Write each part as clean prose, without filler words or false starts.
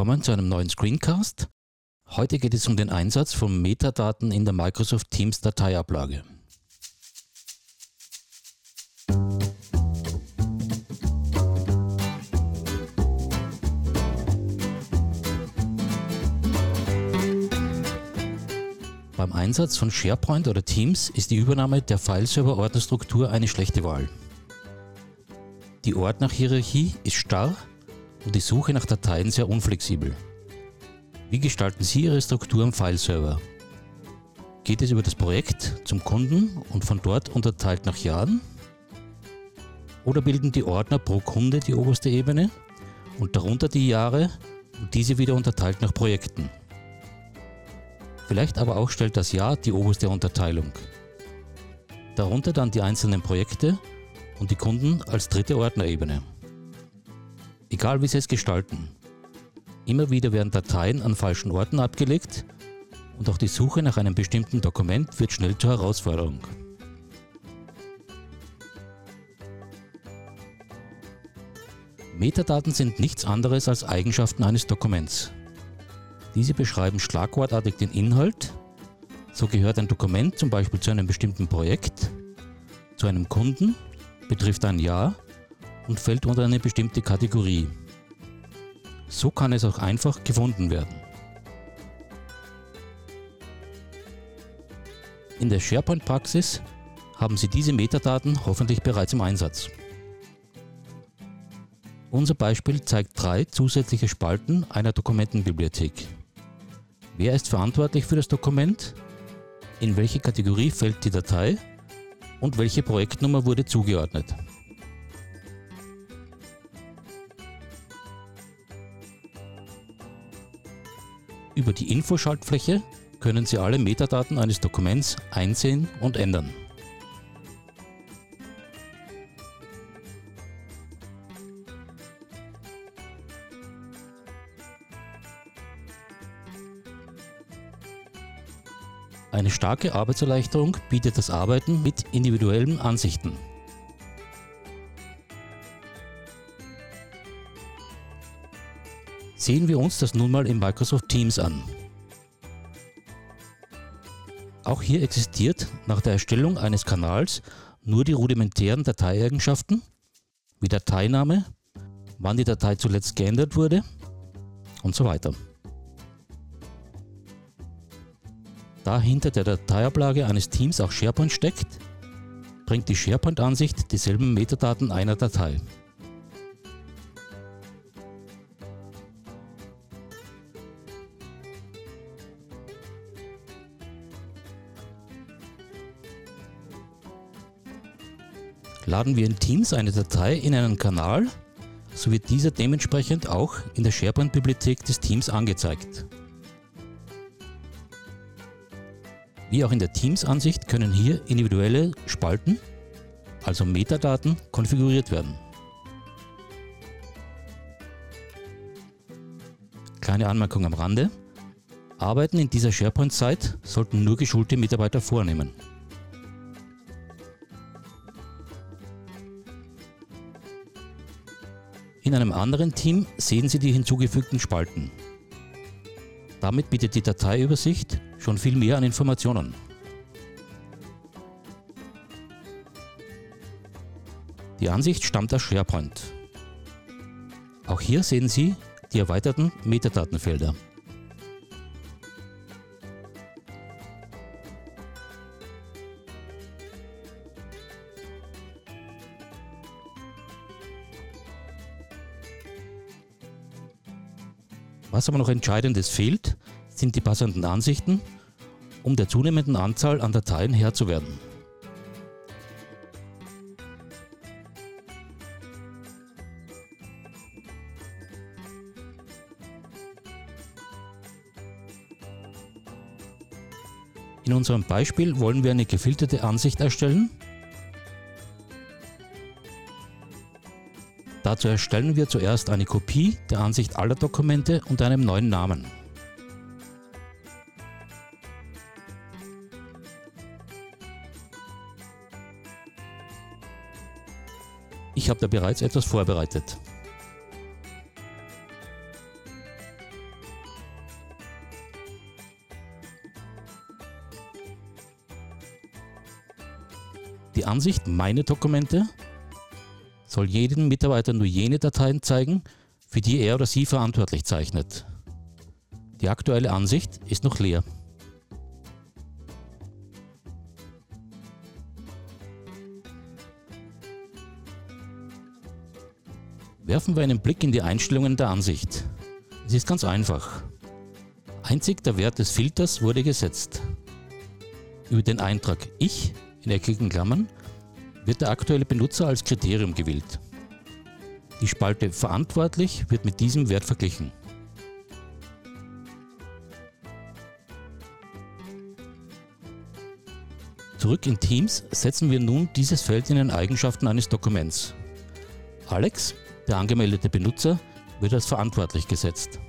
willkommen zu einem neuen Screencast. Heute geht es um den Einsatz von Metadaten in der Microsoft Teams Dateiablage. Beim Einsatz von SharePoint oder Teams ist die Übernahme der Fileserver-Ordnerstruktur eine schlechte Wahl. Die Ordnerhierarchie ist starr und die Suche nach Dateien sehr unflexibel. Wie gestalten Sie Ihre Struktur am Fileserver? Geht es über das Projekt zum Kunden und von dort unterteilt nach Jahren? Oder bilden die Ordner pro Kunde die oberste Ebene und darunter die Jahre und diese wieder unterteilt nach Projekten? Vielleicht aber auch stellt das Jahr die oberste Unterteilung. Darunter dann die einzelnen Projekte und die Kunden als dritte Ordnerebene. Egal wie Sie es gestalten. Immer wieder werden Dateien an falschen Orten abgelegt und auch die Suche nach einem bestimmten Dokument wird schnell zur Herausforderung. Metadaten sind nichts anderes als Eigenschaften eines Dokuments. Diese beschreiben schlagwortartig den Inhalt. So gehört ein Dokument zum Beispiel zu einem bestimmten Projekt, zu einem Kunden, betrifft ein Jahr und fällt unter eine bestimmte Kategorie. So kann es auch einfach gefunden werden. In der SharePoint-Praxis haben Sie diese Metadaten hoffentlich bereits im Einsatz. Unser Beispiel zeigt 3 zusätzliche Spalten einer Dokumentenbibliothek. Wer ist verantwortlich für das Dokument? In welche Kategorie fällt die Datei? Und welche Projektnummer wurde zugeordnet? Über die Infoschaltfläche können Sie alle Metadaten eines Dokuments einsehen und ändern. Eine starke Arbeitserleichterung bietet das Arbeiten mit individuellen Ansichten. Sehen wir uns das nun mal in Microsoft Teams an. Auch hier existiert nach der Erstellung eines Kanals nur die rudimentären Dateieigenschaften, wie Dateiname, wann die Datei zuletzt geändert wurde und so weiter. Da hinter der Dateiablage eines Teams auch SharePoint steckt, bringt die SharePoint-Ansicht dieselben Metadaten einer Datei. Laden wir in Teams eine Datei in einen Kanal, so wird dieser dementsprechend auch in der SharePoint-Bibliothek des Teams angezeigt. Wie auch in der Teams-Ansicht können hier individuelle Spalten, also Metadaten, konfiguriert werden. Kleine Anmerkung am Rande: Arbeiten in dieser SharePoint-Site sollten nur geschulte Mitarbeiter vornehmen. In einem anderen Team sehen Sie die hinzugefügten Spalten. Damit bietet die Dateiübersicht schon viel mehr an Informationen. Die Ansicht stammt aus SharePoint. Auch hier sehen Sie die erweiterten Metadatenfelder. Was aber noch Entscheidendes fehlt, sind die passenden Ansichten, um der zunehmenden Anzahl an Dateien Herr zu werden. In unserem Beispiel wollen wir eine gefilterte Ansicht erstellen. Dazu erstellen wir zuerst eine Kopie der Ansicht aller Dokumente unter einem neuen Namen. Ich habe da bereits etwas vorbereitet. Die Ansicht Meine Dokumente soll jedem Mitarbeiter nur jene Dateien zeigen, für die er oder sie verantwortlich zeichnet. Die aktuelle Ansicht ist noch leer. Werfen wir einen Blick in die Einstellungen der Ansicht. Es ist ganz einfach. Einzig der Wert des Filters wurde gesetzt. Über den Eintrag Ich in eckigen Klammern wird der aktuelle Benutzer als Kriterium gewählt. Die Spalte Verantwortlich wird mit diesem Wert verglichen. Zurück in Teams setzen wir nun dieses Feld in den Eigenschaften eines Dokuments. Alex, der angemeldete Benutzer, wird als verantwortlich gesetzt.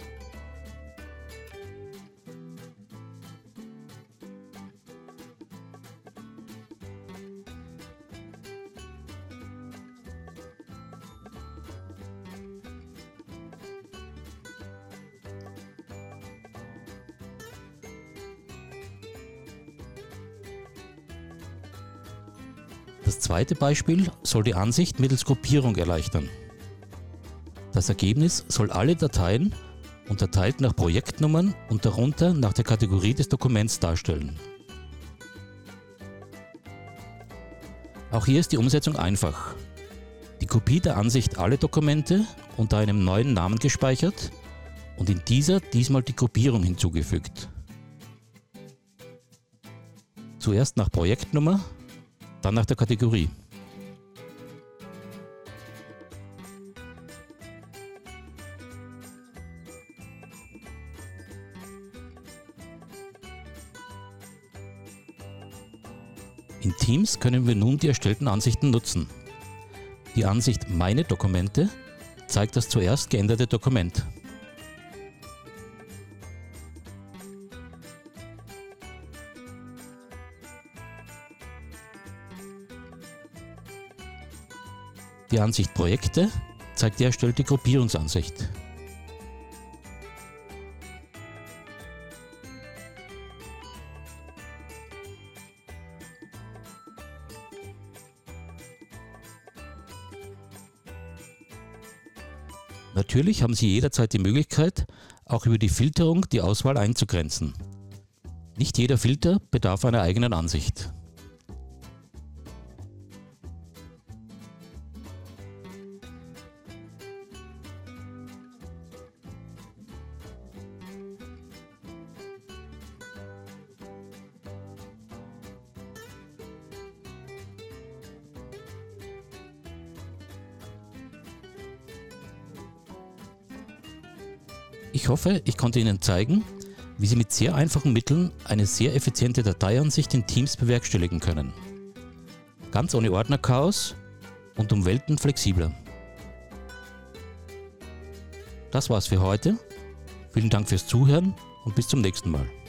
Das zweite Beispiel soll die Ansicht mittels Gruppierung erleichtern. Das Ergebnis soll alle Dateien unterteilt nach Projektnummern und darunter nach der Kategorie des Dokuments darstellen. Auch hier ist die Umsetzung einfach. Die Kopie der Ansicht Alle Dokumente unter einem neuen Namen gespeichert und in dieser diesmal die Gruppierung hinzugefügt. Zuerst nach Projektnummer, dann nach der Kategorie. In Teams können wir nun die erstellten Ansichten nutzen. Die Ansicht Meine Dokumente zeigt das zuerst geänderte Dokument. Die Ansicht Projekte zeigt die erstellte Gruppierungsansicht. Natürlich haben Sie jederzeit die Möglichkeit, auch über die Filterung die Auswahl einzugrenzen. Nicht jeder Filter bedarf einer eigenen Ansicht. Ich hoffe, ich konnte Ihnen zeigen, wie Sie mit sehr einfachen Mitteln eine sehr effiziente Dateiansicht in Teams bewerkstelligen können. Ganz ohne Ordnerchaos und um Welten flexibler. Das war's für heute. Vielen Dank fürs Zuhören und bis zum nächsten Mal.